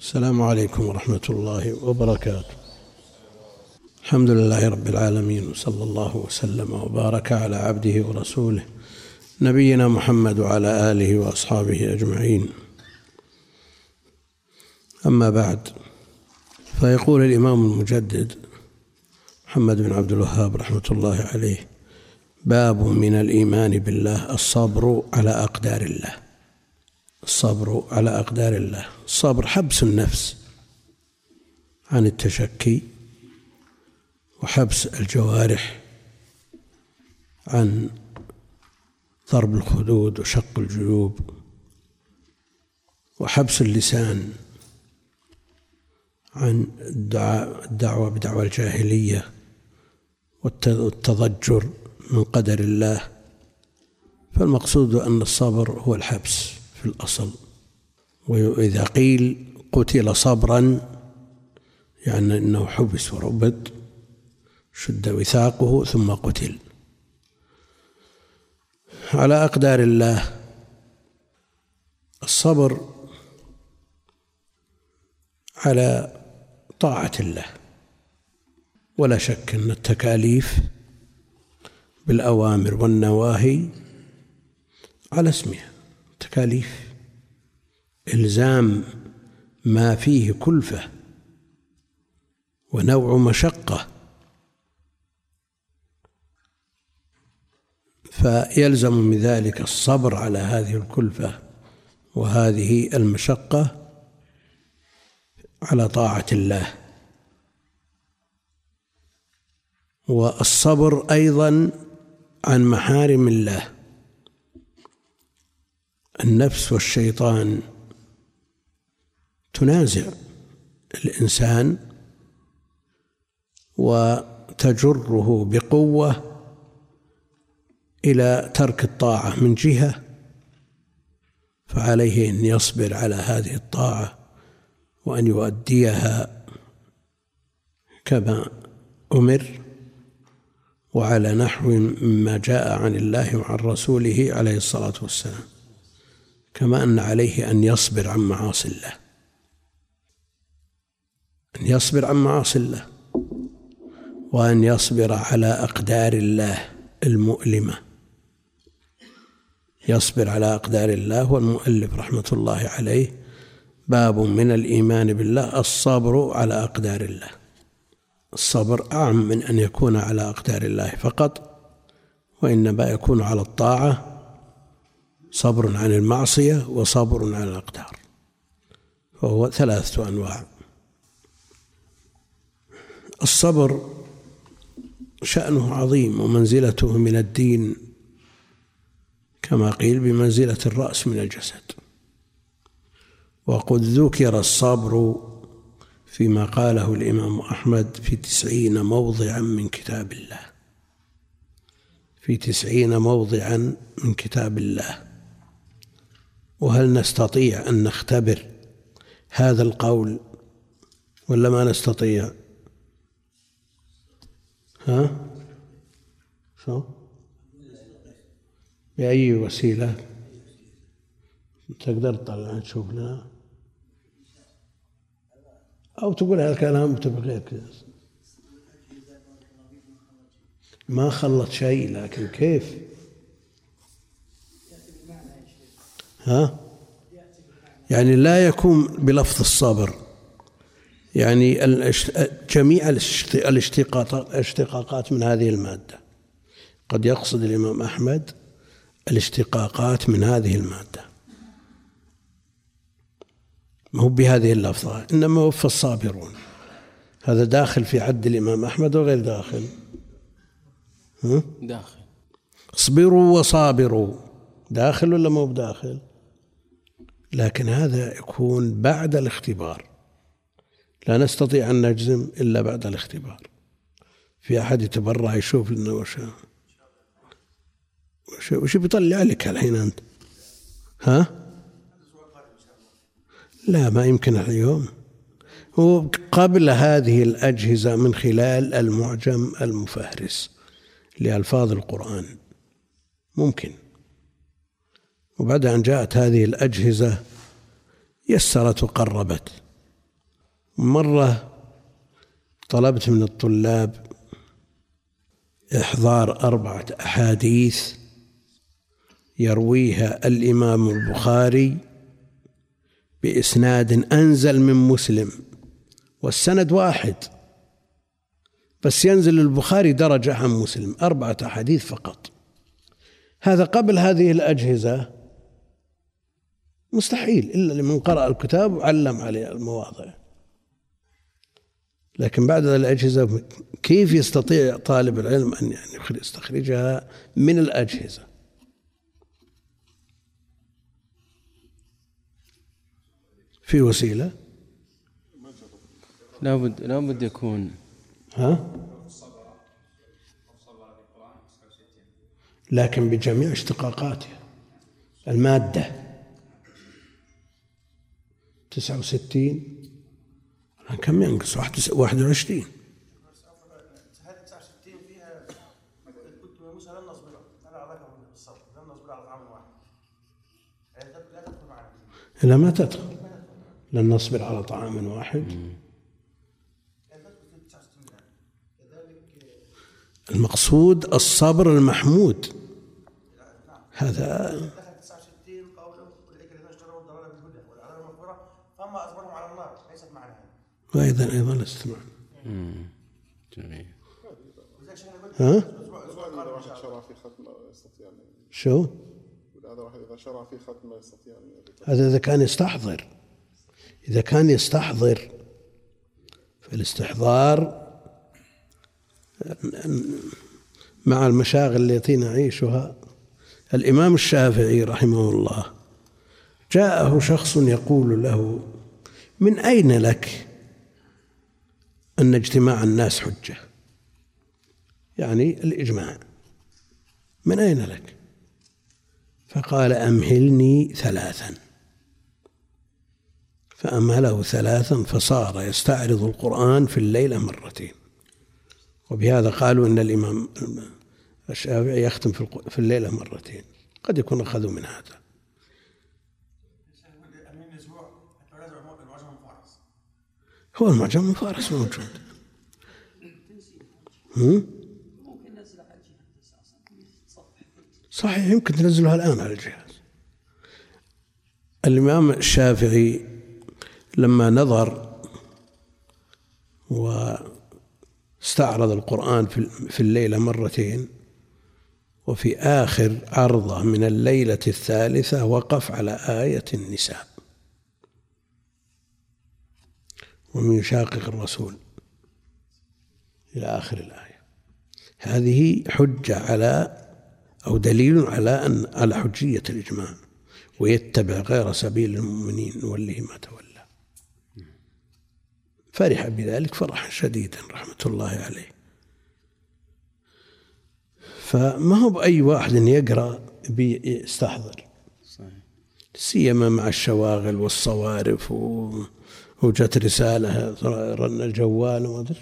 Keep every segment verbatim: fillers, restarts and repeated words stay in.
السلام عليكم ورحمة الله وبركاته. الحمد لله رب العالمين، وصلى الله وسلم وبارك على عبده ورسوله نبينا محمد وعلى آله وأصحابه أجمعين. أما بعد، فيقول الإمام المجدد محمد بن عبد الوهاب رحمة الله عليه: باب من الإيمان بالله الصبر على أقدار الله. الصبر على أقدار الله. الصبر حبس النفس عن التشكي، وحبس الجوارح عن ضرب الخدود وشق الجيوب، وحبس اللسان عن الدعوة بدعوى الجاهلية والتضجر من قدر الله. فالمقصود أن الصبر هو الحبس في الأصل. وإذا قيل قتل صبرا يعني أنه حبس وربط، شد وثاقه ثم قتل. على أقدار الله. الصبر على طاعة الله، ولا شك أن التكاليف بالأوامر والنواهي على اسمها تكاليف، إلزام ما فيه كلفة ونوع مشقة، فيلزم من ذلك الصبر على هذه الكلفة وهذه المشقة على طاعة الله. والصبر أيضا عن محارم الله. النفس والشيطان تنازع الإنسان وتجره بقوة إلى ترك الطاعة من جهة، فعليه أن يصبر على هذه الطاعة وأن يؤديها كما أمر وعلى نحو مما جاء عن الله وعن رسوله عليه الصلاة والسلام، كما أن عليه أن يصبر عن معاصي الله، أن يصبر عن معاصي الله، وأن يصبر على أقدار الله المؤلمة. يصبر على أقدار الله. والمؤلف رحمة الله عليه: باب من الإيمان بالله الصبر على أقدار الله. الصبر أعم من أن يكون على أقدار الله فقط، وإنما يكون على الطاعة، صبر عن المعصية وصبر على الأقدار، فهو ثلاثة أنواع. الصبر شأنه عظيم، ومنزلته من الدين كما قيل بمنزلة الرأس من الجسد. وقد ذكر الصبر فيما قاله الإمام أحمد في تسعين موضعا من كتاب الله، في تسعين موضعا من كتاب الله. وهل نستطيع أن نختبر هذا القول ولا ما نستطيع؟ ها؟ شو؟ بأي وسيلة تقدر تطلع تشوف لنا، أو تقول هذا الكلام بغير كذا؟ ما خلط شيء، لكن كيف؟ ها؟ يعني لا يكون بلفظ الصبر، يعني جميع الاشتقاقات من هذه المادة. قد يقصد الإمام أحمد الاشتقاقات من هذه المادة، ما هو بهذه اللفظة، إنما هو في الصابرون. هذا داخل في عد الإمام أحمد وغير داخل؟ ها؟ داخل. اصبروا وصابروا داخل ولا ما هو بداخل؟ لكن هذا يكون بعد الاختبار، لا نستطيع أن نجزم إلا بعد الاختبار. في أحد يتبرع يشوف لنا وش وش, وش بيطلع لك الحين أنت؟ ها؟ لا، ما يمكن اليوم. هو قبل هذه الأجهزة من خلال المعجم المفهرس لألفاظ القرآن ممكن، وبعد أن جاءت هذه الأجهزة يسرت وقربت مرة طلبت من الطلاب إحضار أربعة أحاديث يرويها الإمام البخاري بإسناد أنزل من مسلم، والسند واحد بس ينزل البخاري درجة عن مسلم، أربعة أحاديث فقط. هذا قبل هذه الأجهزة مستحيل إلا لمن قرأ الكتاب وعلم عليه المواضع، لكن بعد الأجهزة كيف يستطيع طالب العلم أن يستخرجها من الأجهزة؟ في وسيلة لابد لابد يكون ها؟ لكن بجميع اشتقاقاتها. المادة تسعة وستين كم ينقص؟ واحد وعشرين. هذه تسعة وستين فيها كنت موسى لن نصبر على علاقة بالصبر، لن نصبر على طعام واحد. لا تدخل معنا. لا ما تدخل. لن نصبر على طعام واحد. المقصود الصبر المحمود. هذا تسعة وستين قوله أولئك الذين اشتروا الضلالة بالهدى والعذاب المغفرة فأما أصبرهم على النار ليست معنى هذا. وأيضا أيضا لست معنا. جميل. ها؟ واحد شرع في ختم يستطيع. شو؟ هذا واحد إذا شرع في ختم يستطيع. هذا إذا كان يستحضر. إذا كان يستحضر فالاستحضار مع المشاغل التي نعيشها. الإمام الشافعي رحمه الله جاءه شخص يقول له: من أين لك أن اجتماع الناس حجة؟ يعني الإجماع، من أين لك؟ فقال: أمهلني ثلاثا. فأمهله ثلاثا فصار يستعرض القرآن في الليلة مرتين. وبهذا قالوا إن الإمام الشافعي يختم في الليلة مرتين، قد يكون أخذوا من هذا. هو المعجم من فارس موجود. صحيح يمكن تنزلها الآن على الجهاز. الإمام الشافعي لما نظر واستعرض القرآن في الليلة مرتين، وفي آخر عرضة من الليلة الثالثة وقف على آية النساء: ومن يشاقق الرسول إلى آخر الآية. هذه حجة على أو دليل على أن على حجية الإجماع، ويتبع غير سبيل المؤمنين نوله ما تولى. فرح بذلك فرحا شديدا رحمة الله عليه. فما هو بأي واحد يقرأ بيستحضر، سيما مع الشواغل والصوارف وجت رسالة رن الجوال وما أدري.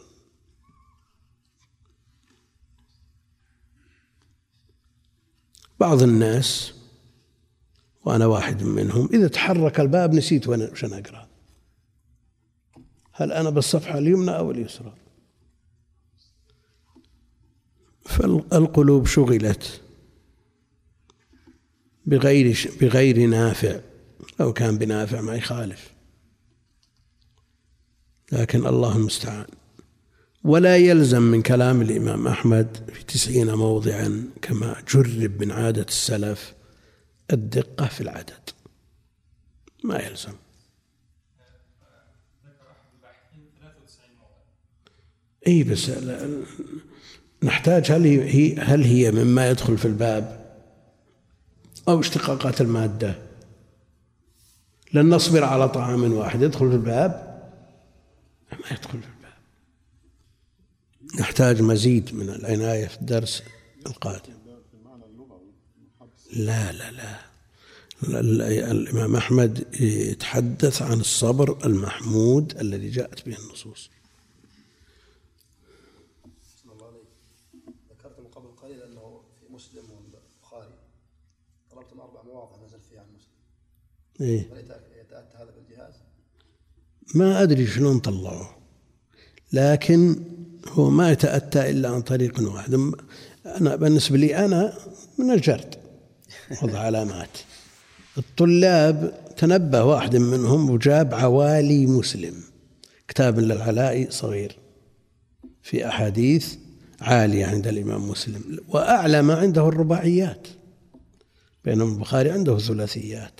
بعض الناس وأنا واحد منهم إذا تحرك الباب نسيت وش أنا أقرأ، هل أنا بالصفحة اليمنى أو اليسرى؟ فالقلوب شغلت بغير بغير نافع، لو كان بنافع ما يخالف، لكن الله المستعان. ولا يلزم من كلام الإمام أحمد في تسعين موضعا كما جرب من عادة السلف الدقة في العدد، ما يلزم. أي بس نحتاج هل هي هل هي مما يدخل في الباب أو اشتقاقات المادة؟ لن نصبر على طعام واحد يدخل في الباب؟ ما يدخل في الباب. نحتاج مزيد من العناية في الدرس القادم. لا لا لا الإمام أحمد يتحدث عن الصبر المحمود الذي جاءت به النصوص. ذكرت من قبل قليل أنه في مسلم والبخاري طلبت أربع مواضع نزل فيها عن مسلم. إيه؟ يتأتى هذا بالجهاز؟ ما أدري شلون طلعوه، لكن هو ما يتأتى إلا عن طريق واحد. أنا بالنسبة لي أنا من الجرد وضع علامات. الطلاب تنبه واحد منهم وجاب عوالي مسلم، كتاب للعلائي صغير في أحاديث عالية عند الإمام مسلم، وأعلى ما عنده الرباعيات، بينما البخاري عنده ثلاثيات،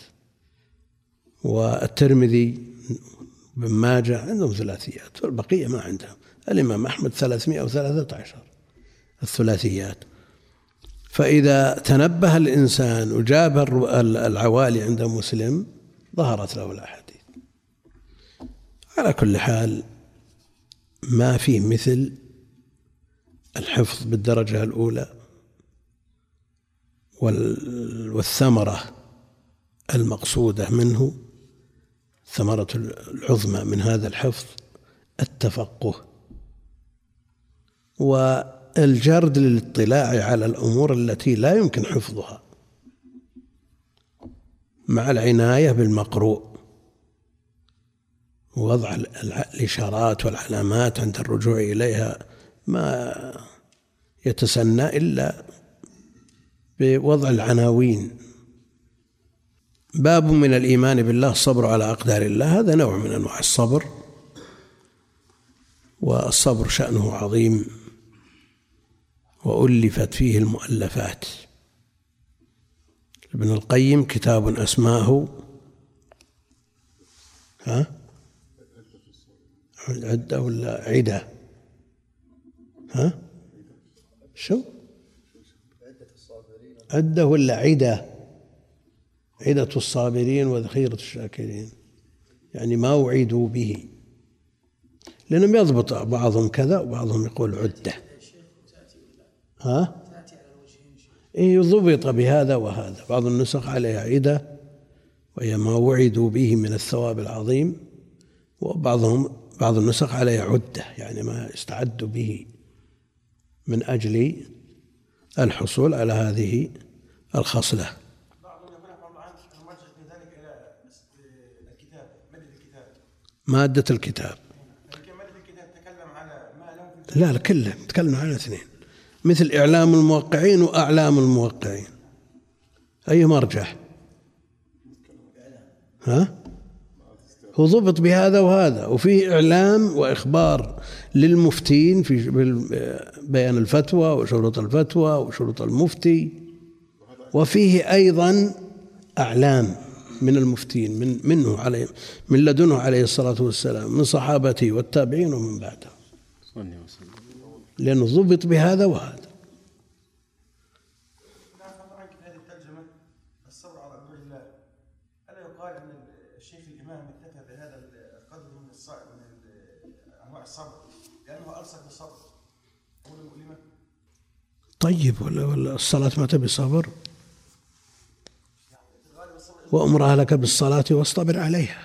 والترمذي بن ماجه عندهم ثلاثيات والبقية ما عندهم. الإمام أحمد ثلاثمائة وثلاثة عشر الثلاثيات. فإذا تنبه الإنسان وجاب العوالي عند مسلم ظهرت له الأحاديث. على كل حال ما فيه مثل الحفظ بالدرجة الأولى، والثمرة المقصودة منه، ثمرة العظمى من هذا الحفظ التفقه والجرد للاطلاع على الأمور التي لا يمكن حفظها، مع العناية بالمقروء ووضع الإشارات والعلامات عند الرجوع إليها، ما يتسنى إلا بوضع العناوين. باب من الإيمان بالله الصبر على أقدار الله. هذا نوع من أنواع الصبر، والصبر شأنه عظيم وألفت فيه المؤلفات. ابن القيم كتاب أسماه ها عدة ولا عدة ها شو عدة ولا عدة عدة الصابرين وذخيرة الشاكرين، يعني ما وعدوا به، لأنهم يضبط بعضهم كذا وبعضهم يقول عدة. ها إيه ضبط بهذا وهذا، بعض النسخ عليها عدة وهي ما وعدوا به من الثواب العظيم، وبعضهم بعض النسخ عليها عدة يعني ما استعدوا به من أجل الحصول على هذه الخصلة. مادة الكتاب لا لا كله نتكلم عن اثنين، مثل إعلام الموقعين وأعلام الموقعين، أي مرجح؟ ها؟ هو ضبط بهذا وهذا، وفيه إعلام وإخبار للمفتين في بيان الفتوى وشروط الفتوى وشروط المفتي، وفيه أيضا أعلام من المفتين من منه عليه من لدنه عليه الصلاة والسلام، من صحابته والتابعين ومن بعده، لأنه ضبط بهذا وهذا. الصبر على أمر الله، ألا يقال أن الشيخ الإمام اكتفى بهذا القدر من الصبر من أنواع الصبر لأنه ألصق بالصبر أمور مؤلمة؟ طيب ولا ولا الصلاة ما تبي صبر؟ وأمر أهلك بالصلاة واصطبر عليها.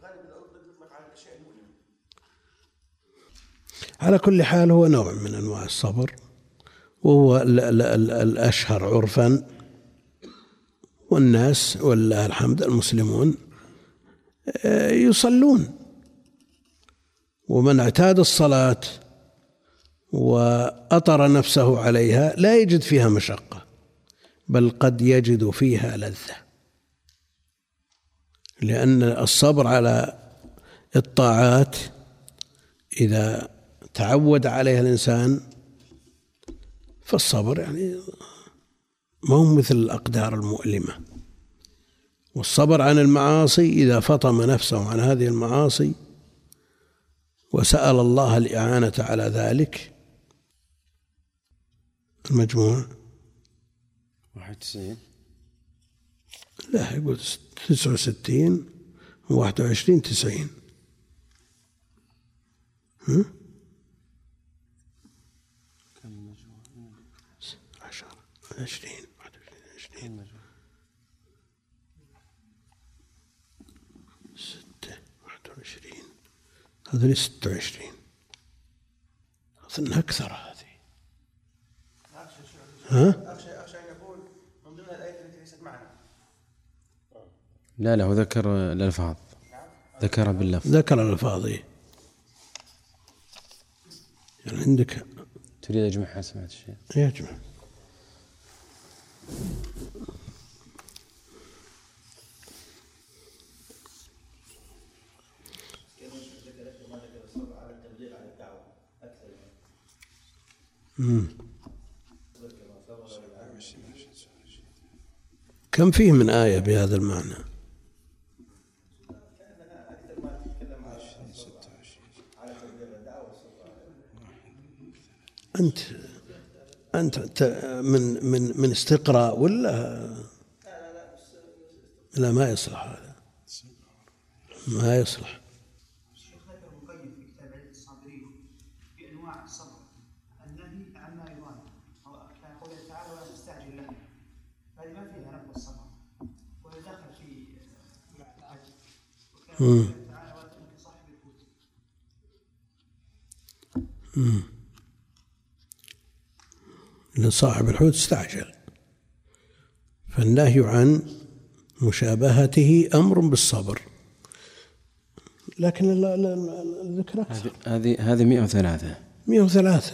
على كل حال هو نوع من أنواع الصبر، وهو الأشهر عرفا، والناس والله الحمد المسلمون يصلون، ومن اعتاد الصلاة وأطر نفسه عليها لا يجد فيها مشقة، بل قد يجد فيها لذة، لأن الصبر على الطاعات إذا تعود عليها الإنسان فالصبر يعني ما هو مثل الأقدار المؤلمة. والصبر عن المعاصي إذا فطم نفسه عن هذه المعاصي وسأل الله الإعانة على ذلك. المجموع واحد وتسعين لا يقول تسعة وستين وواحد وعشرين تسعين هم؟ كم مجموع؟ عشر عشرين واحد وعشرين عشرين ستة واحد وعشرين هذا ستة وعشرين أظن أكثر هذه. ها؟ أخشى أخشى أن يكون من ضمن الآيات التي ليست معنا. لا لا هو ذكر الألفاظ. نعم ذكر باللفظ. ذكر الألفاظ. يعني عندك تريد أجمعها سمعت الشيء؟ يجمع. مم. كم فيه من آية بهذا المعنى؟ أنت أنت من من من استقراء ولا لا؟ ما يصلح هذا، ما يصلح. الشيخ ذكر مقيم في كتاب عدة الصابرين في أنواع الصبر النهي عما يراد، كان قوله تعالى ولا تستعجل له، هذه ما فيها نفي الصبر ولا دخل في العجل، وكان قوله تعالى ولا تؤمن صاحب الحوت. لصاحب الحوت استعجل، فالنهي عن مشابهته أمر بالصبر. لكن الذكر هذه هذه مئة وثلاثة مئة وثلاثة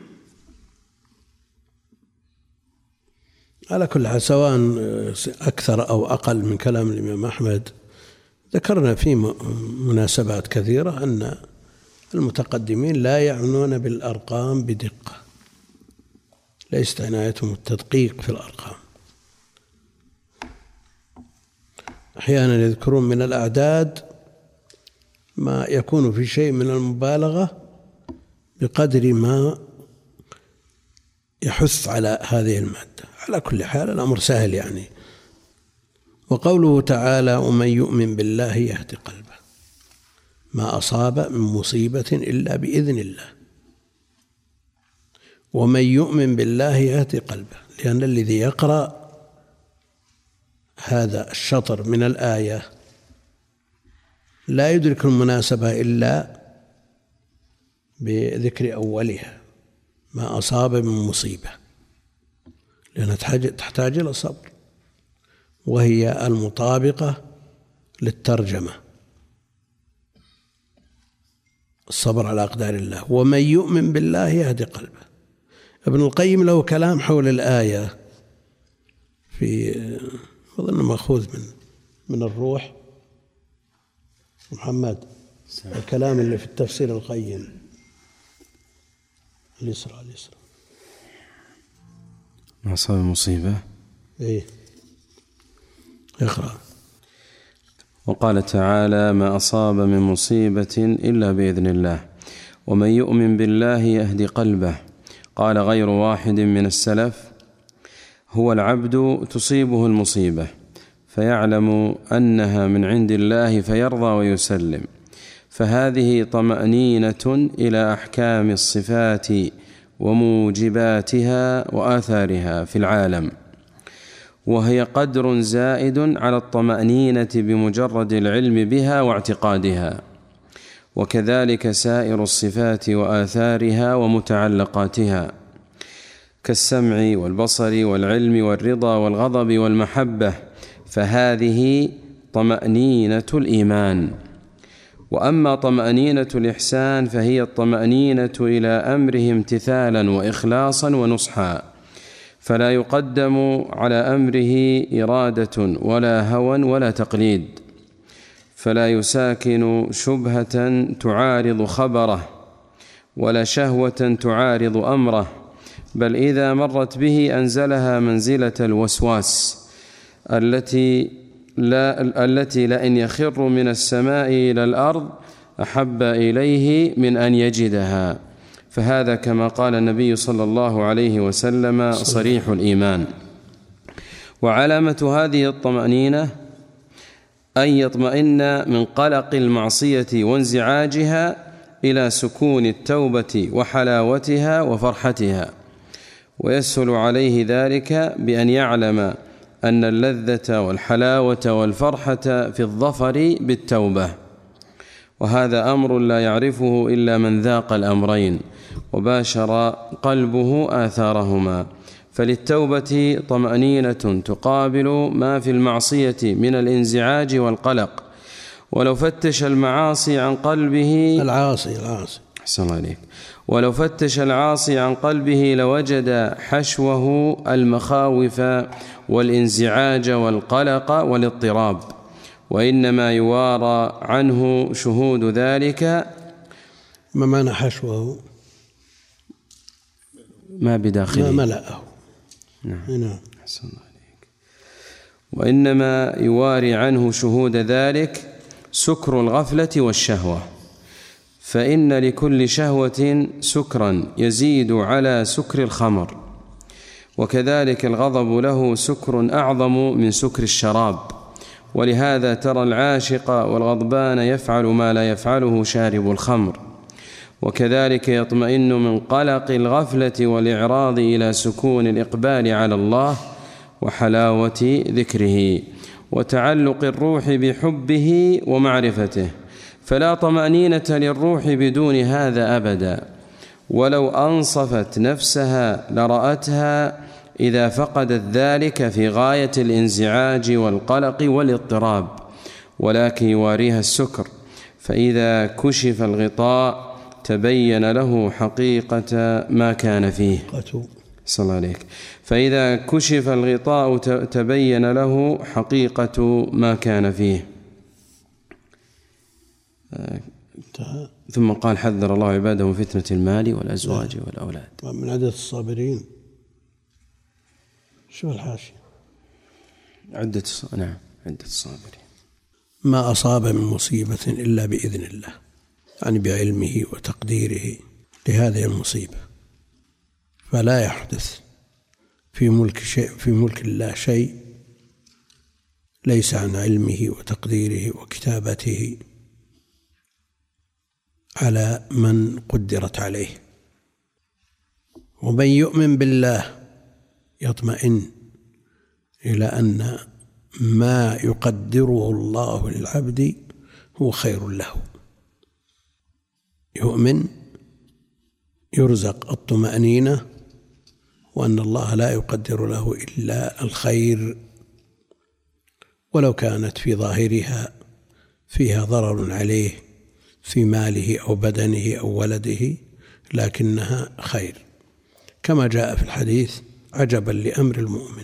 على كل حال، سواء أكثر أو أقل من كلام الإمام أحمد. ذكرنا في مناسبات كثيرة أن المتقدمين لا يعنون بالأرقام بدقة، ليست عنايتهم التدقيق في الأرقام. أحيانا يذكرون من الأعداد ما يكون في شيء من المبالغة بقدر ما يحث على هذه المادة. على كل حال الأمر سهل يعني. وقوله تعالى ومن يؤمن بالله يهد قلبه، ما أصاب من مصيبة إلا بإذن الله. ومن يؤمن بالله يهد قلبه، لأن الذي يقرأ هذا الشطر من الآية لا يدرك المناسبة إلا بذكر أولها، ما أصاب من مصيبة، لأنها تحتاج إلى صبر، وهي المطابقة للترجمة، الصبر على أقدار الله. ومن يؤمن بالله يهدي قلبه. ابن القيم له كلام حول الآية في أظن مأخوذ من من الروح. محمد الكلام اللي في التفسير القيم اليسرى اليسرى ما أصاب مصيبة. إيه اقرأ. وقال تعالى ما أصاب من مصيبة إلا بإذن الله ومن يؤمن بالله يهدي قلبه. قال غير واحد من السلف هو العبد تصيبه المصيبة فيعلم أنها من عند الله فيرضى ويسلم، فهذه طمأنينة إلى أحكام الصفات وموجباتها وآثارها في العالم، وهي قدر زائد على الطمأنينة بمجرد العلم بها واعتقادها، وكذلك سائر الصفات وآثارها ومتعلقاتها كالسمع والبصر والعلم والرضا والغضب والمحبة، فهذه طمأنينة الإيمان. وأما طمأنينة الإحسان فهي الطمأنينة إلى أمره امتثالا وإخلاصا ونصحا، فلا يقدم على أمره إرادة ولا هوى ولا تقليد، فلا يساكن شبهة تعارض خبره ولا شهوة تعارض أمره، بل إذا مرت به أنزلها منزلة الوسواس التي لا التي لئن يخر من السماء إلى الأرض أحب إليه من أن يجدها، فهذا كما قال النبي صلى الله عليه وسلم صريح الإيمان. وعلامة هذه الطمأنينة أن يطمئن من قلق المعصية وانزعاجها إلى سكون التوبة وحلاوتها وفرحتها، ويسهل عليه ذلك بأن يعلم أن اللذة والحلاوة والفرحة في الظفر بالتوبة، وهذا أمر لا يعرفه إلا من ذاق الأمرين وباشر قلبه آثارهما. فللتوبة طمأنينة تقابل ما في المعصية من الانزعاج والقلق، ولو فتش المعاصي عن قلبه العاصي العاصي أحسن الله عليك. ولو فتش العاصي عن قلبه لوجد حشوه المخاوف والانزعاج والقلق والاضطراب، وإنما يوارى عنه شهود ذلك. ما معنى حشوه؟ ما بداخله، ما ملأه. نعم. نعم. أحسن الله عليك. وإنما يواري عنه شهود ذلك سكر الغفلة والشهوة، فإن لكل شهوة سكرا يزيد على سكر الخمر، وكذلك الغضب له سكر أعظم من سكر الشراب، ولهذا ترى العاشق والغضبان يفعل ما لا يفعله شارب الخمر، وكذلك يطمئن من قلق الغفلة والإعراض إلى سكون الإقبال على الله وحلاوة ذكره وتعلق الروح بحبه ومعرفته، فلا طمأنينة للروح بدون هذا أبدا، ولو أنصفت نفسها لرأتها إذا فقدت ذلك في غاية الانزعاج والقلق والاضطراب، ولكن يواريها السكر، فإذا كشف الغطاء تبين له حقيقة ما كان فيه. صلى الله عليك. فإذا كشف الغطاء تبين له حقيقة ما كان فيه. ثم قال: حذر الله عباده من فتنة المال والأزواج والأولاد. من عدد الصابرين. شو الحاشية؟ عدة نعم عدة الصابرين. ما أصاب من مصيبة إلا بإذن الله، يعني بعلمه وتقديره لهذه المصيبة، فلا يحدث في ملك شيء في ملك الله شيء ليس عن علمه وتقديره وكتابته على من قدرت عليه. ومن يؤمن بالله يطمئن إلى أن ما يقدره الله للعبد هو خير له. يؤمن يرزق الطمأنينة، وأن الله لا يقدر له إلا الخير، ولو كانت في ظاهرها فيها ضرر عليه في ماله أو بدنه أو ولده، لكنها خير، كما جاء في الحديث: عجبا لأمر المؤمن،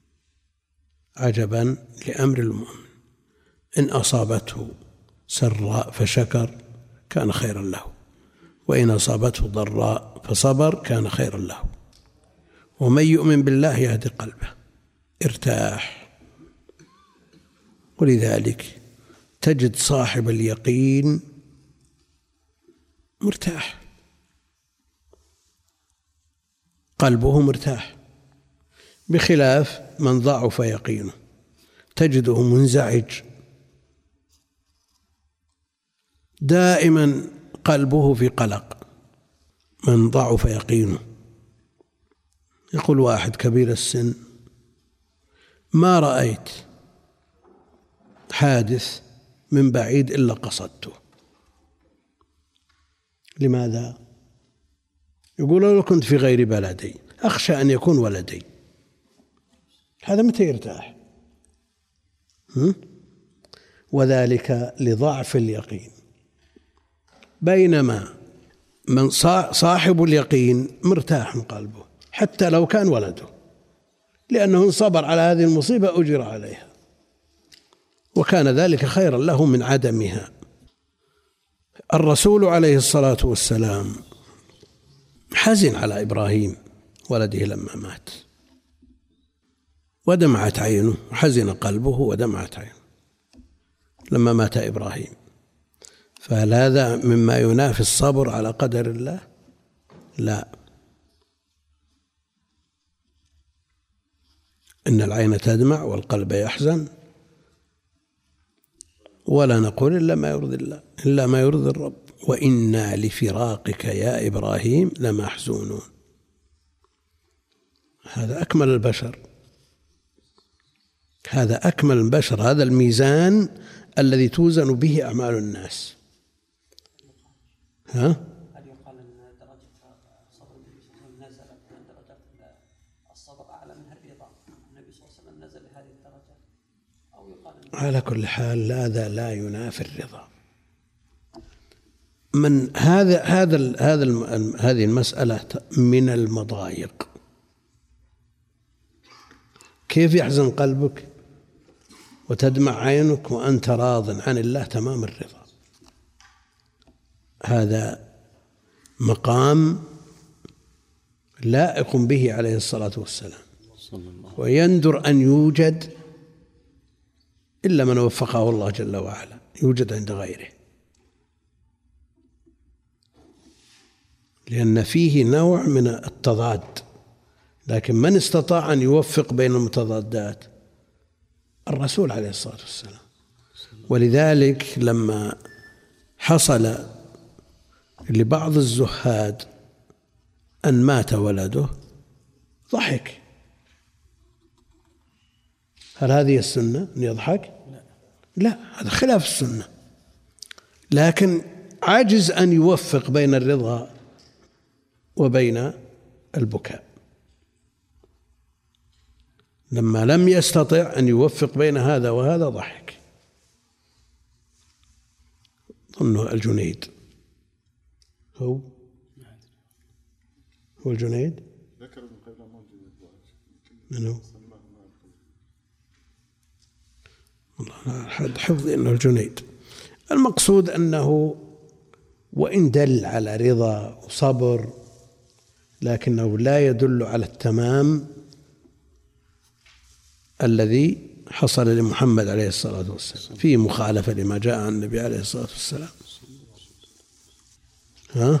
عجبا لأمر المؤمن، إن أصابته سراء فشكر كان خيرا له، وإن أصابته ضراء فصبر كان خيرا له. ومن يؤمن بالله يهدي قلبه، ارتاح. ولذلك تجد صاحب اليقين مرتاح، قلبه مرتاح، بخلاف من ضعف يقينه تجده منزعج دائما، قلبه في قلق. من ضعف يقينه، يقول واحد كبير السن: ما رأيت حادث من بعيد إلا قصدته. لماذا؟ يقول: لو كنت في غير بلدي أخشى أن يكون ولدي. هذا متى يرتاح؟ وذلك لضعف اليقين. بينما من صاحب اليقين مرتاح من قلبه حتى لو كان ولده، لأنه إن صبر على هذه المصيبة أجر عليها، وكان ذلك خيرا له من عدمها. الرسول عليه الصلاة والسلام حزن على إبراهيم ولده لما مات، ودمعت عينه، حزن قلبه ودمعت عينه لما مات إبراهيم. فهل هذا مما ينافي الصبر على قدر الله؟ لا. إن العين تدمع والقلب يحزن، ولا نقول إلا ما يرضي الله، إلا ما يرضي الرب. وإنا لفراقك يا إبراهيم لمحزونون. هذا أكمل البشر، هذا أكمل البشر، هذا الميزان الذي توزن به أعمال الناس. ها؟ هل يقال أن درجة صبر النبي صلى الله عليه وسلم نزلت من درجة الصبر أعلى منها الرضا؟ النبي صلى الله عليه وسلم نزل لهذه الدرجة على كل حال هذا لا ينافي الرضا. من هذا هذا هذا هذه المسألة من المضايق. كيف يحزن قلبك وتدمع عينك وأنت راض عن الله تمام الرضا؟ هذا مقام لائق به عليه الصلاة والسلام، ويندر أن يوجد إلا من وفقه الله جل وعلا، يوجد عند غيره، لأن فيه نوع من التضاد. لكن من استطاع أن يوفق بين المتضادات؟ الرسول عليه الصلاة والسلام. ولذلك لما حصل لبعض الزهاد أن مات ولده ضحك. هل هذه السنة أن يضحك؟ لا، هذا خلاف السنة. لكن عاجز أن يوفق بين الرضا وبين البكاء. لما لم يستطع أن يوفق بين هذا وهذا ضحك. ظنه الجنيد هو هو الجنيد ذكر ابن قيم من هو؟ والله حد حفظي أنه الجنيد. المقصود أنه وإن دل على رضا وصبر لكنه لا يدل على التمام الذي حصل لمحمد عليه الصلاة والسلام، فيه مخالفة لما جاء عن النبي عليه الصلاة والسلام. ها؟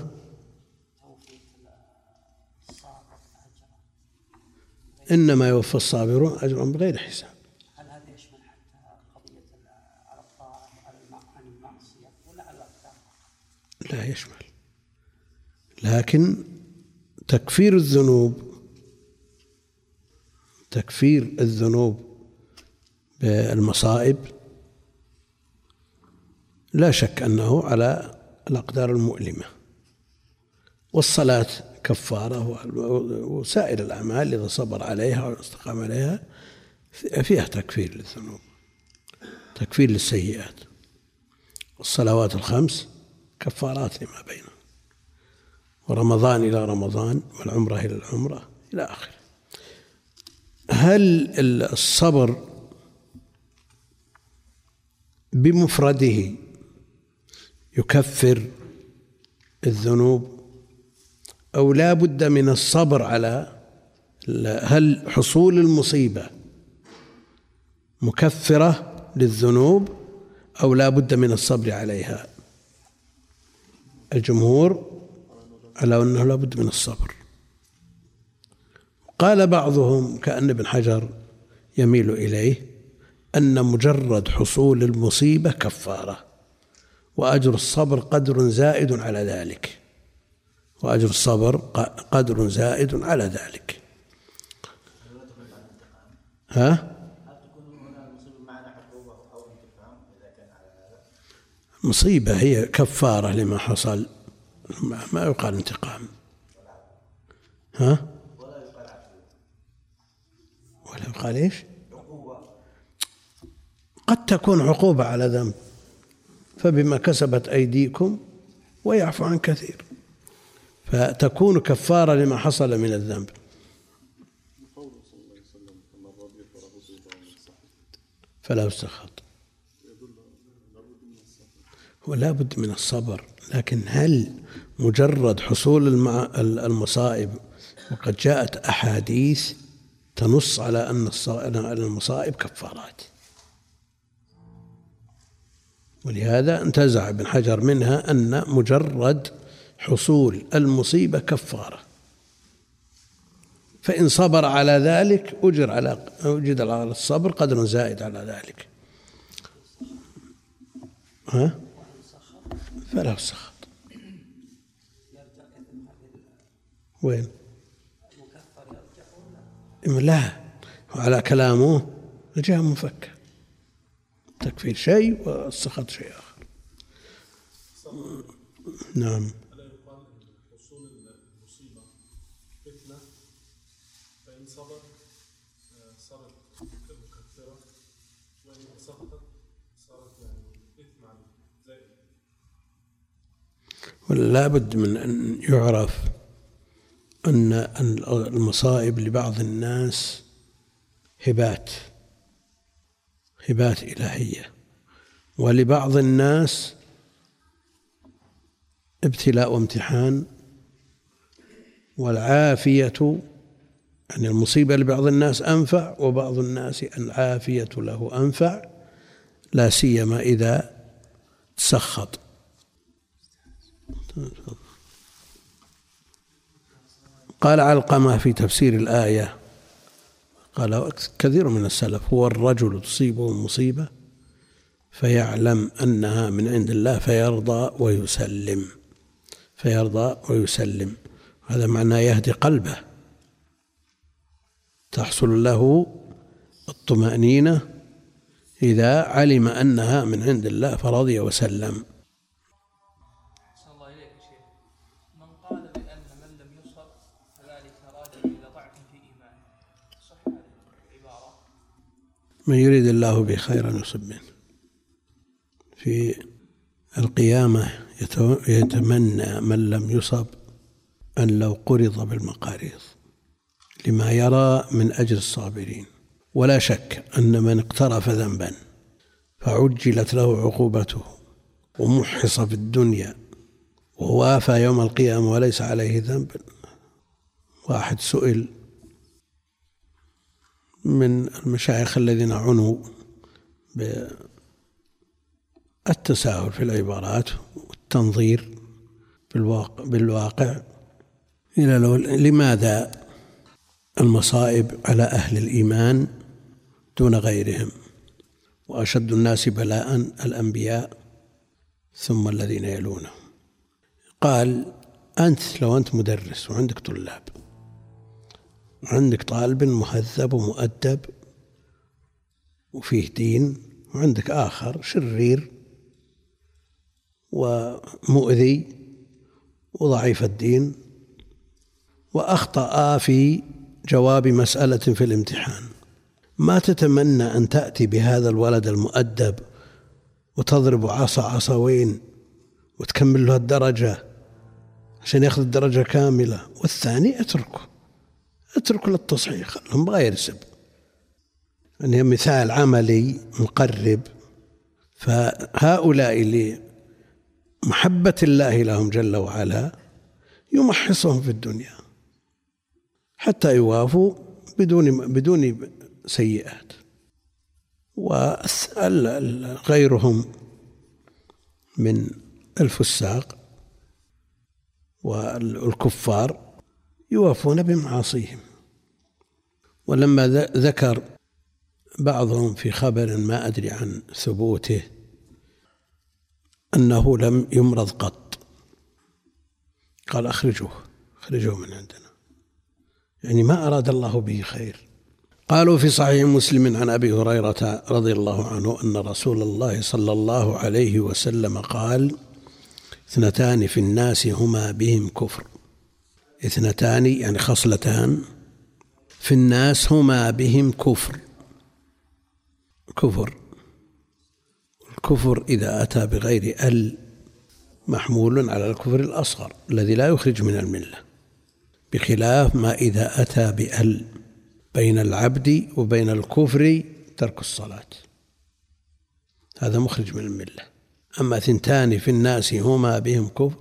إنما يوفى الصابرون أجرهم بغير حساب. هل هذا يشمل حتى قضية على الطاعة وعلى المعصية ولا على الأكثر؟ لا يشمل، لكن تكفير الذنوب تكفير الذنوب بالمصائب لا شك أنه على الأقدار المؤلمة، والصلاة كفارة، وسائر الأعمال إذا صبر عليها واستقام عليها فيها تكفير للذنوب، تكفير للسيئات. والصلوات الخمس كفارات لما بينهم، ورمضان إلى رمضان والعمرة إلى العمرة إلى آخره. هل الصبر بمفرده يكفر الذنوب أو لا بد من الصبر على؟ هل حصول المصيبة مكفرة للذنوب أو لا بد من الصبر عليها؟ الجمهور على أنه لا بد من الصبر. قال بعضهم كأن ابن حجر يميل إليه أن مجرد حصول المصيبة كفارة، وأجر الصبر قدر زائد على ذلك، وأجر الصبر قدر زائد على ذلك. ها؟ مصيبة هي كفارة لما حصل، ما يقال انتقام. ها؟ ولا يقال إيش؟ قد تكون عقوبة على ذنب، فبما كسبت أيديكم ويعفو عن كثير، فتكون كفارة لما حصل من الذنب. فلا يستخط، ولا بد من الصبر. لكن هل مجرد حصول المصائب، وقد جاءت أحاديث تنص على أن المصائب كفارات، ولهذا انتزع ابن حجر منها أن مجرد حصول المصيبة كفارة، فإن صبر على ذلك أجر على أوجد على الصبر قدر زائد على ذلك. ها؟ فلا سخط. وين؟ لا، على كلامه جاء مفكر، تكفير شيء والسخط شيء آخر. نعم. ألا يقال أن حصول المصيبة فتنة، فإن صبر صارت مكفرة، وإن سقطت صارت يعني إثم على زائد. ولا بد من أن يعرف أن المصائب لبعض الناس هبات هبات إلهية، ولبعض الناس ابتلاء وامتحان. والعافية يعني المصيبة لبعض الناس أنفع، وبعض الناس العافية له أنفع، لا سيما إذا تسخط. قال علقمة في تفسير الآية، قال كثير من السلف: هو الرجل تصيبه مصيبة فيعلم أنها من عند الله فيرضى ويسلم فيرضى ويسلم هذا معناه يهدي قلبه، تحصل له الطمأنينة إذا علم أنها من عند الله فرضي وسلم. أحسن الله إليك يا شيخ. من قال بأن من لم يصب فذلك راجع إلى ضعف في إيمانه، صح هذه العبارة؟ من يريد الله به خيرا يصب منه. في القيامة يتمنى من لم يصب أن لو قرض بالمقاريض لما يرى من أجر الصابرين. ولا شك أن من اقترف ذنبا فعجلت له عقوبته ومحص في الدنيا ووافى يوم القيامة وليس عليه ذنب. واحد سئل من المشايخ الذين عنوا بالتساهل في العبارات والتنظير بالواقع، إلى لماذا المصائب على أهل الإيمان دون غيرهم، وأشد الناس بلاء الأنبياء ثم الذين يلونهم؟ قال: أنت لو أنت مدرس وعندك طلاب، عندك طالب مهذب ومؤدب وفيه دين، وعندك آخر شرير ومؤذي وضعيف الدين وأخطأ في جواب مسألة في الامتحان، ما تتمنى أن تأتي بهذا الولد المؤدب وتضرب عصا عصاوين وتكمل له الدرجة عشان يأخذ الدرجة كاملة، والثاني اتركه اتركه للتصحيح، خلهم بغير يرسب. يعني مثال عملي مقرب. فهؤلاء اللي محبة الله لهم جل وعلا يمحصهم في الدنيا حتى يوافوا بدون بدون سيئات، وغيرهم من الفساق والكفار يوافون بمعاصيهم. ولما ذكر بعضهم في خبر ما أدري عن ثبوته أنه لم يمرض قط، قال: أخرجوه أخرجوه من عندنا، يعني ما أراد الله به خير. قالوا في صحيح مسلم عن أبي هريرة رضي الله عنه أن رسول الله صلى الله عليه وسلم قال: اثنتان في الناس هما بهم كفر. اثنتان يعني خصلتان في الناس هما بهم كفر. كفر الكفر إذا أتى بغير ال محمول على الكفر الأصغر الذي لا يخرج من الملة، بخلاف ما إذا أتى بأل بين العبد وبين الكفر ترك الصلاة، هذا مخرج من الملة. أما ثنتان في الناس هما بهم كفر،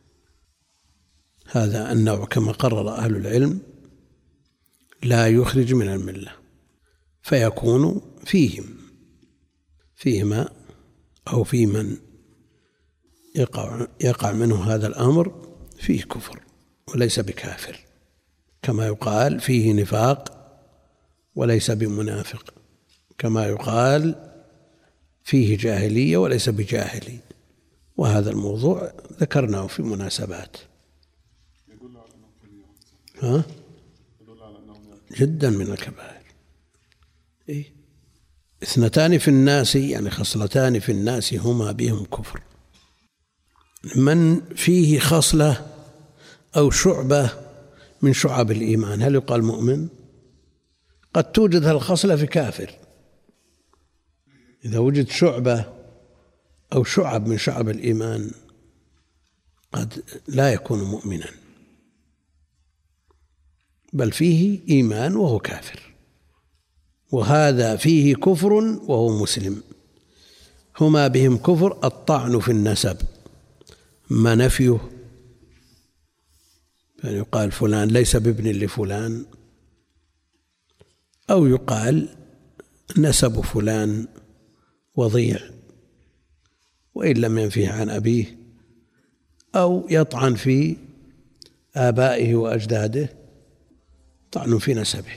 هذا النوع كما قرر أهل العلم لا يخرج من الملة، فيكون فيهم فيهما أو في من يقع, يقع منه هذا الأمر فيه كفر وليس بكافر، كما يقال فيه نفاق وليس بمنافق، كما يقال فيه جاهلية وليس بجاهلي. وهذا الموضوع ذكرناه في مناسبات. ها؟ جدا من الكبائر. إيه؟ اثنتان في الناس يعني خصلتان في الناس هما بهم كفر. من فيه خصلة أو شعبة من شعب الإيمان هل يقال مؤمن؟ قد توجد الخصلة في كافر، إذا وجد شعبة أو شعب من شعب الإيمان قد لا يكون مؤمنا، بل فيه إيمان وهو كافر، وهذا فيه كفر وهو مسلم. هما بهم كفر الطعن في النسب، ما نفيه، يعني يقال فلان ليس بابن لفلان، أو يقال نسب فلان وضيع وإن لم ينفيه عن أبيه، أو يطعن في آبائه وأجداده، طعن في نسبه.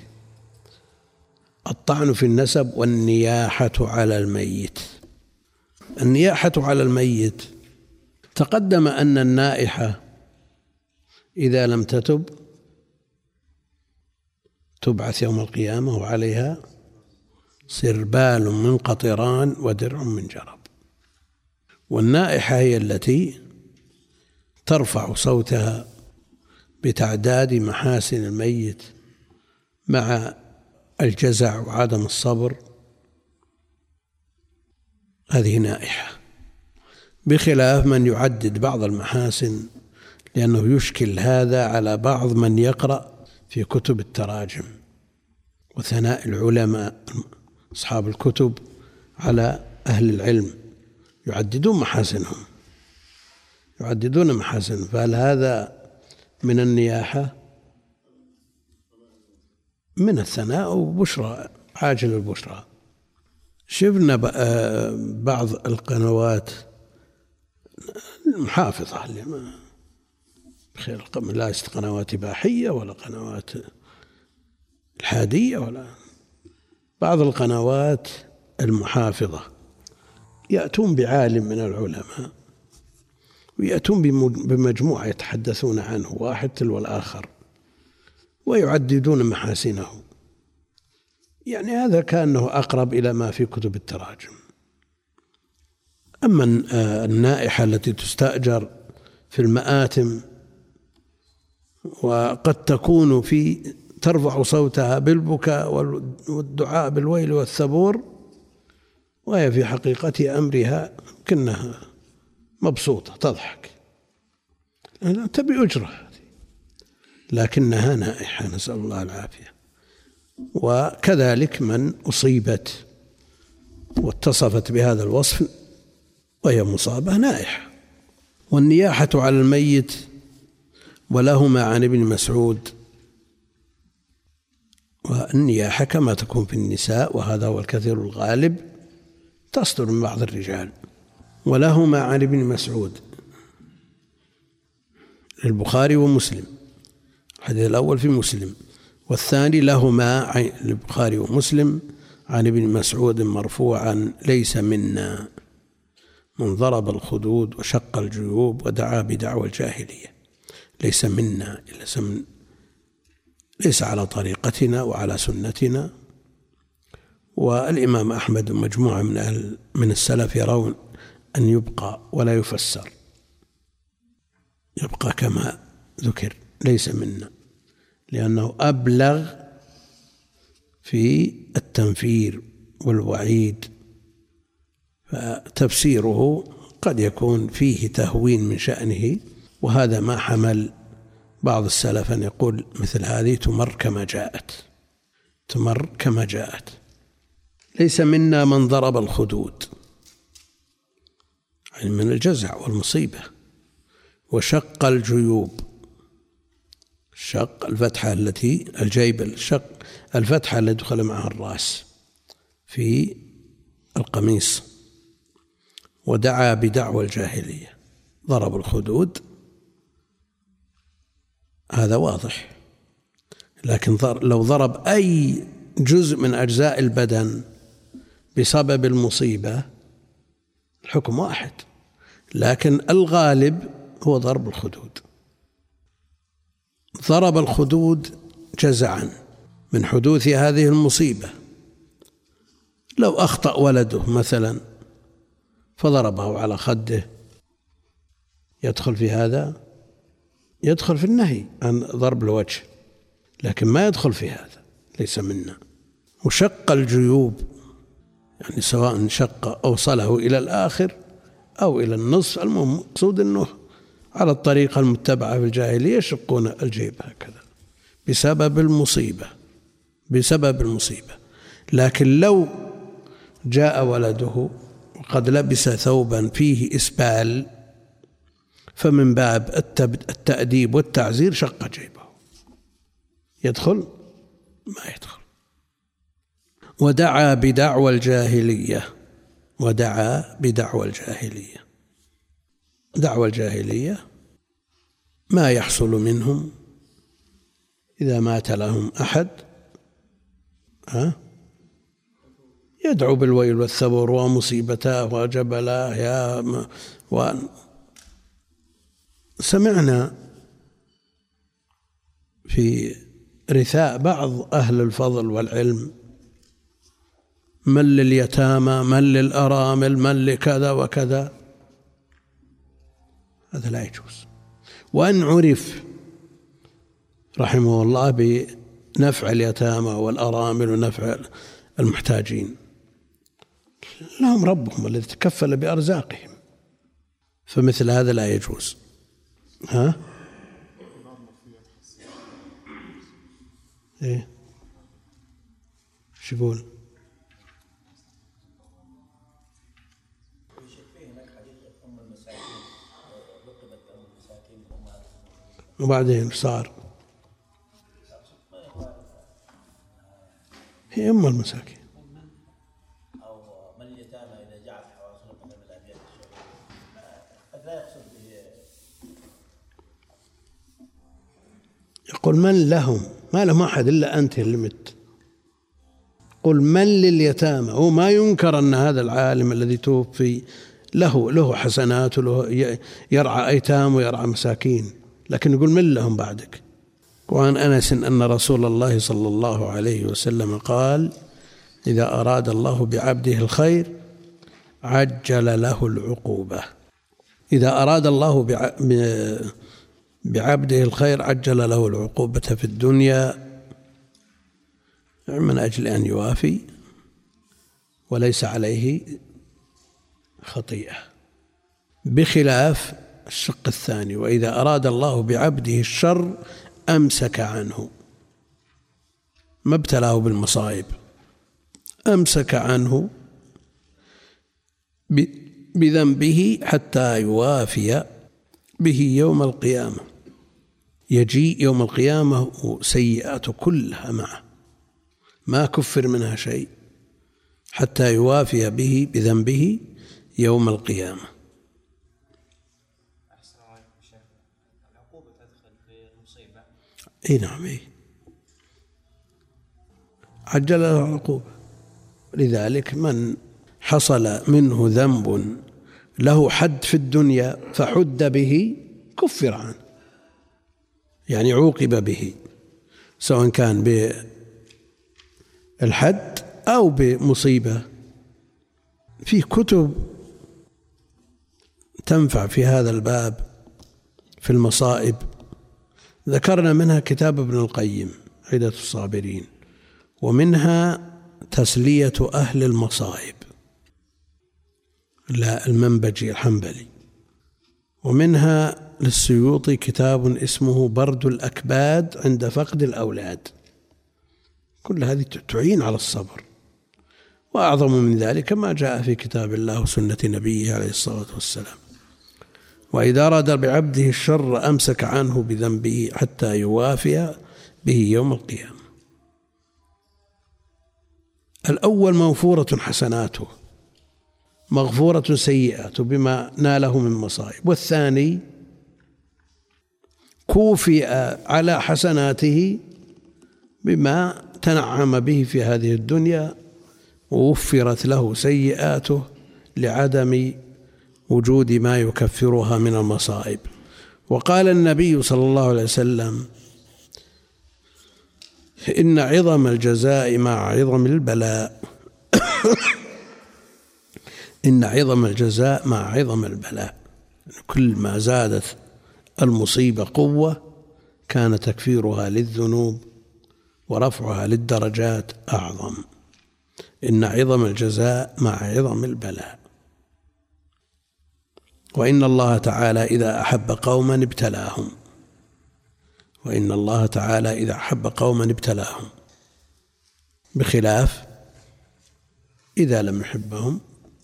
الطعن في النسب والنياحة على الميت. النياحة على الميت تقدم أن النائحة إذا لم تتب تبعث يوم القيامة وعليها سربال من قطران ودرع من جرب. والنائحة هي التي ترفع صوتها بتعداد محاسن الميت مع الجزع وعدم الصبر، هذه نائحة، بخلاف من يعدد بعض المحاسن، لأنه يشكل هذا على بعض من يقرأ في كتب التراجم وثناء العلماء أصحاب الكتب على أهل العلم، يعددون محاسنهم يعددون محاسنهم فهل هذا من النياحة؟ من الثناء وبشرى، عاجل البشرى. شفنا بعض القنوات المحافظة اللي ما بخير، لا قنوات إباحية ولا قنوات الحادية، ولا بعض القنوات المحافظة يأتون بعالم من العلماء ويأتون بمجموعة يتحدثون عنه واحد تلو الآخر ويعددون محاسنه، يعني هذا كأنه أقرب إلى ما في كتب التراجم. أما النائحة التي تستأجر في المآتم وقد تكون في ترفع صوتها بالبكاء والدعاء بالويل والثبور، وهي في حقيقة أمرها كأنها مبسوطة تضحك، تبي أجرة، لكنها نائحة، نسأل الله العافية. وكذلك من أصيبت واتصفت بهذا الوصف وهي مصابة نائحة. والنياحة على الميت ولهما عن ابن مسعود، والنياحة كما تكون في النساء وهذا هو الكثير الغالب تصدر من بعض الرجال. ولهما عن ابن مسعود للبخاري ومسلم، الحديث الأول في مسلم، والثاني لهما للبخاري ومسلم عن ابن مسعود مرفوعا: ليس منا من ضرب الخدود وشق الجيوب ودعا بدعوى الجاهلية. ليس منا، ليس, من ليس على طريقتنا وعلى سنتنا. والإمام أحمد ومجموعة من أهل من السلف يرون أن يبقى ولا يفسر، يبقى كما ذكر ليس منا، لأنه أبلغ في التنفير والوعيد، فتفسيره قد يكون فيه تهوين من شأنه، وهذا ما حمل بعض السلف أن يقول مثل هذه تمر كما جاءت تمر كما جاءت. ليس منا من ضرب الخدود، يعني من الجزع والمصيبة، وشق الجيوب، شق الفتحة التي الجيب، الشق الفتحة التي دخل معها الرأس في القميص، ودعا بدعوى الجاهلية. ضرب الخدود هذا واضح، لكن لو ضرب أي جزء من أجزاء البدن بسبب المصيبة الحكم واحد، لكن الغالب هو ضرب الخدود. ضرب الخدود جزعا من حدوث هذه المصيبة. لو أخطأ ولده مثلا فضربه على خده، يدخل في هذا، يدخل في النهي عن ضرب الوجه، لكن ما يدخل في هذا، ليس منا. وشق الجيوب يعني سواء شق أوصله إلى الآخر أو إلى النصف، المهم مقصود أنه على الطريقة المتبعة في الجاهلية يشقون الجيب هكذا بسبب المصيبة بسبب المصيبة. لكن لو جاء ولده وقد لبس ثوبا فيه إسبال فمن باب التأديب والتعزير شق جيبه، يدخل ما يدخل. ودعا بدعوى الجاهلية ودعا بدعوى الجاهلية دعوى الجاهلية ما يحصل منهم إذا مات لهم أحد ها يدعو بالويل والثبور ومصيبتاه وجبلاه يا و... سمعنا في رثاء بعض أهل الفضل والعلم من لليتامى من للأرامل من لكذا وكذا، هذا لا يجوز. وأن عرف رحمه الله بنفع اليتامى والأرامل ونفع المحتاجين، لهم ربهم الذي تكفل بأرزاقهم، فمثل هذا لا يجوز. ها ايه شو يقول؟ وبعدين صار هي أم المساكين أو من اليتامى إذا جعل حواسهم من الأبيات قد لا يقصد به. يقول من لهم، ما لهم أحد إلا أنت اللي مت. قل من لليتامى، هو ما ينكر أن هذا العالم الذي توفي له له حسنات وله يرعى أيتام ويرعى مساكين، لكن يقول من لهم بعدك. وعن أنس أن رسول الله صلى الله عليه وسلم قال إذا أراد الله بعبده الخير عجل له العقوبة. إذا أراد الله بعبده الخير عجل له العقوبة في الدنيا من أجل أن يوافي وليس عليه خطيئة، بخلاف الشق الثاني وإذا أراد الله بعبده الشر أمسك عنه، ما ابتلاه بالمصائب، أمسك عنه بذنبه حتى يوافي به يوم القيامة. يجيء يوم القيامة سيئات كلها معه ما كفر منها شيء حتى يوافي به بذنبه يوم القيامة. اي نعم اي عجل له العقوبة. لذلك من حصل منه ذنب له حد في الدنيا فحد به كفر عنه، يعني عوقب به سواء كان بالحد أو بمصيبة. في كتب تنفع في هذا الباب في المصائب، ذكرنا منها كتاب ابن القيم عدة الصابرين، ومنها تسلية أهل المصائب لا المنبجي الحنبلي، ومنها للسيوطي كتاب اسمه برد الأكباد عند فقد الأولاد. كل هذه تعين على الصبر. وأعظم من ذلك ما جاء في كتاب الله وسنة نبيه عليه الصلاة والسلام وإذا أراد بعبده الشر أمسك عنه بذنبه حتى يوافي به يوم القيامة. الأول موفورة حسناته مغفورة سيئاته بما ناله من مصائب، والثاني كوفئ على حسناته بما تنعم به في هذه الدنيا ووفرت له سيئاته لعدم وجود ما يكفرها من المصائب. وقال النبي صلى الله عليه وسلم إن عظم الجزاء مع عظم البلاء إن عظم الجزاء مع عظم البلاء. كل ما زادت المصيبة قوة كان تكفيرها للذنوب ورفعها للدرجات أعظم. إن عظم الجزاء مع عظم البلاء. وإن الله تعالى إذا أحب قوما ابتلاهم وإن الله تعالى إذا أحب قوما ابتلاهم، بخلاف إذا لم يحبهم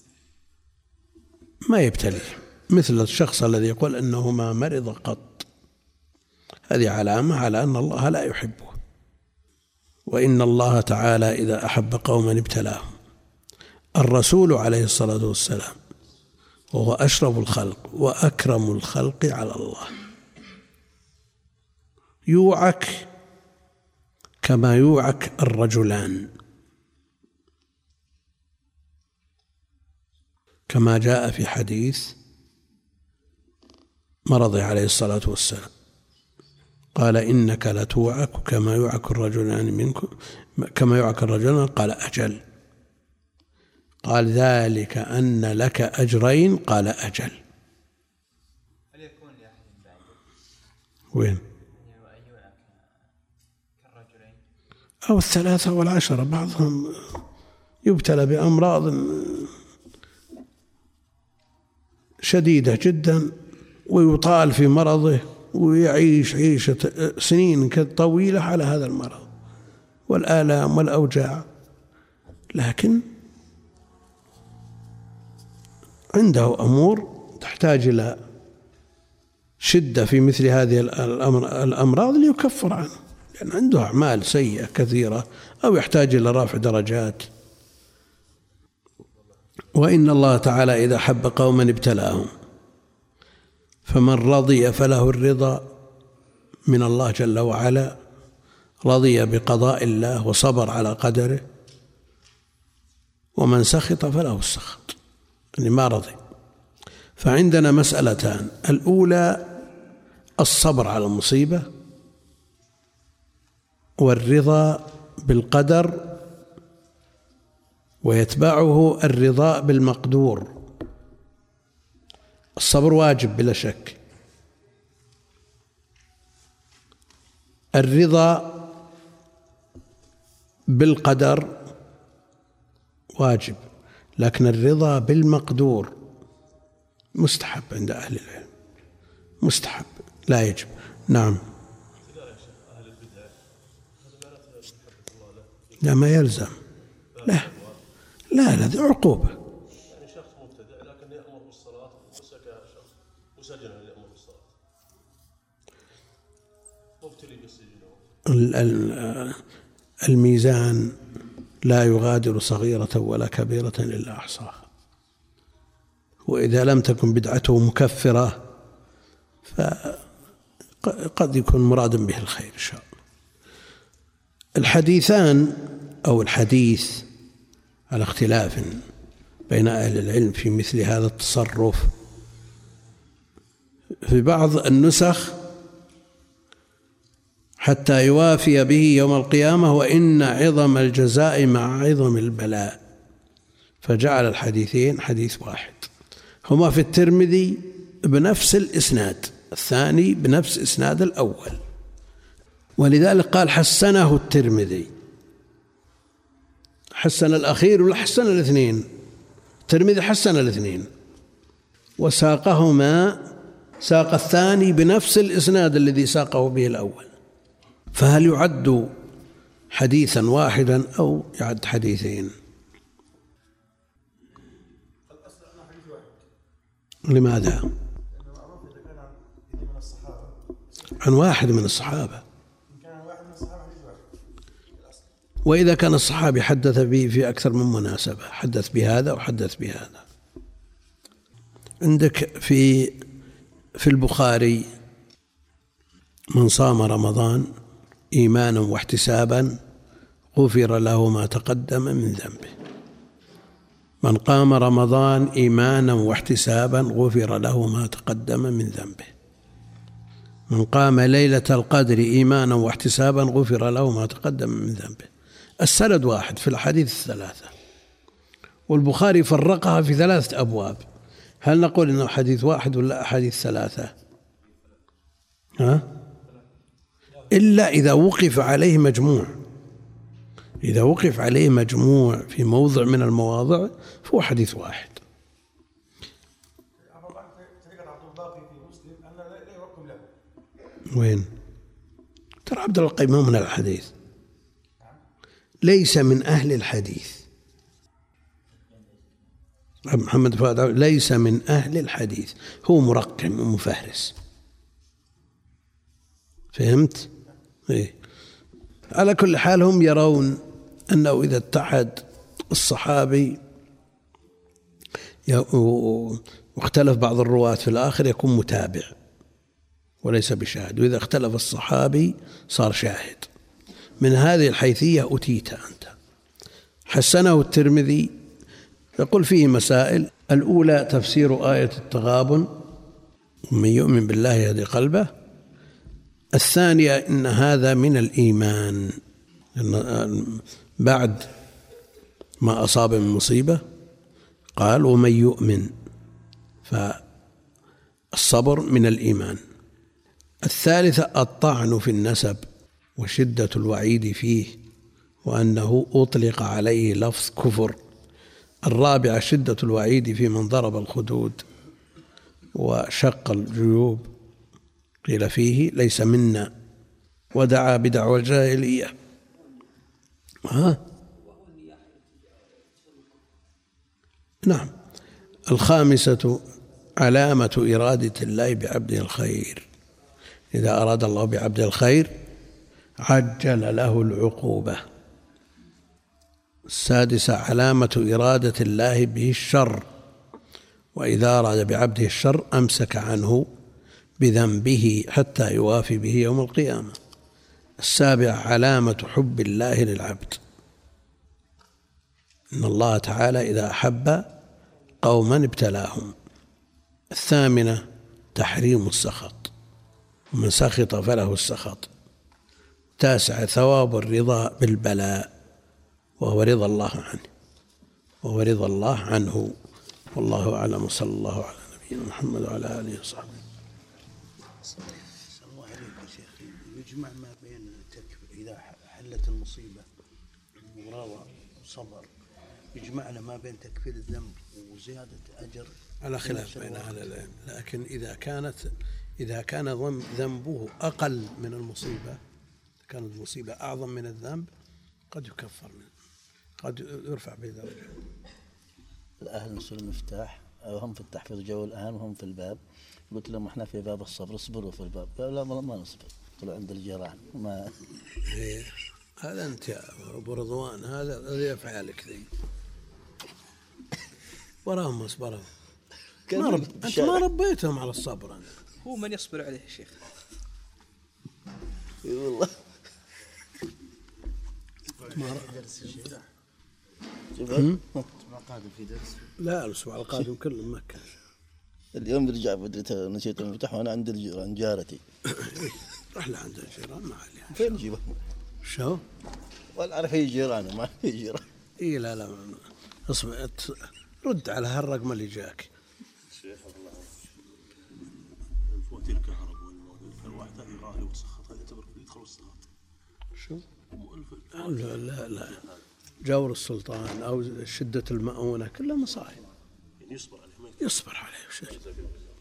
ما يبتليهم، مثل الشخص الذي يقول أنه ما مرض قط، هذه علامة على أن الله لا يحبه. وإن الله تعالى إذا أحب قوما ابتلاهم. الرسول عليه الصلاة والسلام وهو أشرف الخلق وأكرم الخلق على الله يوعك كما يوعك الرجلان، كما جاء في حديث مرضه عليه الصلاة والسلام، قال إنك لتوعك كما يوعك الرجلان منكم كما يوعك الرجلان، قال أجل. قال ذلك أن لك أجرين، قال أجل. هل يكون لأحد بعد وين؟ كالرجلين أو الثلاثة والعشرة، بعضهم يبتلى بأمراض شديدة جدا ويطال في مرضه ويعيش عيشة سنين طويلة على هذا المرض والآلام والأوجاع، لكن عنده أمور تحتاج إلى شدة في مثل هذه الأمراض ليكفر عنه، لأن عنده أعمال سيئة كثيرة أو يحتاج إلى رفع درجات. وإن الله تعالى إذا حب قوما ابتلاهم، فمن رضي فله الرضا من الله جل وعلا، رضي بقضاء الله وصبر على قدره، ومن سخط فله السخط، يعني ما رضي. فعندنا مسألتان: الأولى الصبر على المصيبة، والرضا بالقدر، ويتبعه الرضا بالمقدور. الصبر واجب بلا شك، الرضا بالقدر واجب، لكن الرضا بالمقدور مستحب عند أهل العلم، مستحب لا يجب. نعم. لا ما يلزم، لا لا لا عقوبة. يعني شخص مبتدع لكن يأمر بالصلاة وسكى شخص وسجن يأمر بالصلاة مبتلي بالسجن. الميزان لا يغادر صغيرة ولا كبيرة إلا أحصاها، وإذا لم تكن بدعته مكفرة فقد يكون مرادا به الخير إن شاء الله. الحديثان أو الحديث على اختلاف بين أهل العلم في مثل هذا التصرف. في بعض النسخ حتى يوافي به يوم القيامة وإن عظم الجزاء مع عظم البلاء، فجعل الحديثين حديث واحد، هما في الترمذي بنفس الإسناد، الثاني بنفس إسناد الأول، ولذلك قال حسنه الترمذي. حسن الأخير ولا حسن الاثنين؟ الترمذي حسن الاثنين، وساقهما ساق الثاني بنفس الإسناد الذي ساقه به الأول. فهل يعد حديثا واحدا أو يعد حديثين؟ لماذا؟ عن واحد من الصحابة، وإذا كان الصحابي حدث به في أكثر من مناسبة، حدث بهذا وحدث بهذا. عندك في في البخاري: من صام رمضان إيمانا واحتسابا غفر له ما تقدم من ذنبه. من قام رمضان إيمانا واحتسابا غفر له ما تقدم من ذنبه. من قام ليلة القدر إيمانا واحتسابا غفر له ما تقدم من ذنبه. السند واحد في الحديث الثلاثة، والبخاري فرقها في ثلاثة أبواب. هل نقول إنه حديث واحد ولا أحاديث ثلاثة؟ ها؟ إلا إذا وقف عليه مجموع، إذا وقف عليه مجموع في موضع من المواضع فهو حديث واحد. وين؟ ترى عبد الله القيم من الحديث، ليس من أهل الحديث. محمد فؤاد ليس من أهل الحديث، هو مرقم ومفهرس. فهمت؟ إيه. على كل حال هم يرون أنه إذا اتحد الصحابي واختلف بعض الرواة في الآخر يكون متابع وليس بشاهد، وإذا اختلف الصحابي صار شاهد. من هذه الحيثية أتيت أنت. حسنه الترمذي، يقول فيه مسائل. الأولى تفسير آية التغابن ومن يؤمن بالله يهدي قلبه. الثانية إن هذا من الإيمان، بعد ما أصاب من مصيبة قال ومن يؤمن، فالصبر من الإيمان. الثالثة الطعن في النسب وشدة الوعيد فيه وأنه أطلق عليه لفظ كفر. الرابعة شدة الوعيد في من ضرب الخدود وشق الجيوب، قيل فيه ليس منا ودعا بدعوى الجاهلية. ها؟ نعم. الخامسة علامة إرادة الله بعبده الخير، إذا أراد الله بعبده الخير عجل له العقوبة. السادسة علامة إرادة الله به الشر، وإذا أراد بعبده الشر أمسك عنه بذنبه حتى يوافي به يوم القيامة. السابعة علامة حب الله للعبد، إن الله تعالى إذا أحب قوما ابتلاهم. الثامنة تحريم السخط، ومن سخط فله السخط. التاسعة ثواب الرضا بالبلاء، وهو رضا الله عنه وهو رضا الله عنه. والله أعلم، صلى الله على نبينا محمد وعلى آله وصحبه. صلى الله عليك يا شيخ، يجمع ما بين تكفير إذا حلت المصيبة وروى صبر، يجمعنا ما بين تكفير الذنب وزيادة أجر على خلاف بين أهل العلم. لكن إذا كانت إذا كان ذنبه أقل من المصيبة، كانت المصيبة أعظم من الذنب، قد يكفر منه، قد يرفع به درجة. الأهل نسوا المفتاح، هم في التحفيظ جو الآن وهم في الباب. قلت لهم احنا في باب الصبر، اصبروا في الباب. قالوا لا ما نصبر، طلعوا عند الجيران. ما إيه. هذا أنت يا أبو رضوان، هذا الذي يفعلك ذي وراهم اصبروا. ما رب... أنت ما ربيتهم على الصبر. أنت هو من يصبر عليه يا شيخ. اي والله. ما درس الشيخ. ما قادم في درس. لا، الأسبوع القادم كله مكة. اليوم برجع بدري نسيت المفتاح وأنا عند الجيران جارتي. رح لعند الجيران ما عليها. فين نجيبه؟ شو؟ ولا أعرف أي جيران، ما في جيران. إيه لا لا اصبر، رد على هالرقم اللي جاك. شيخ الله فوت الكهرباء والواحد هذه غالي وسخط، هذا يعتبر يدخل الصلاة. شو؟ لا لا لا جور السلطان أو شدة المؤونة كلها مصائب. يعني يصبر عليه، يصبر عليه.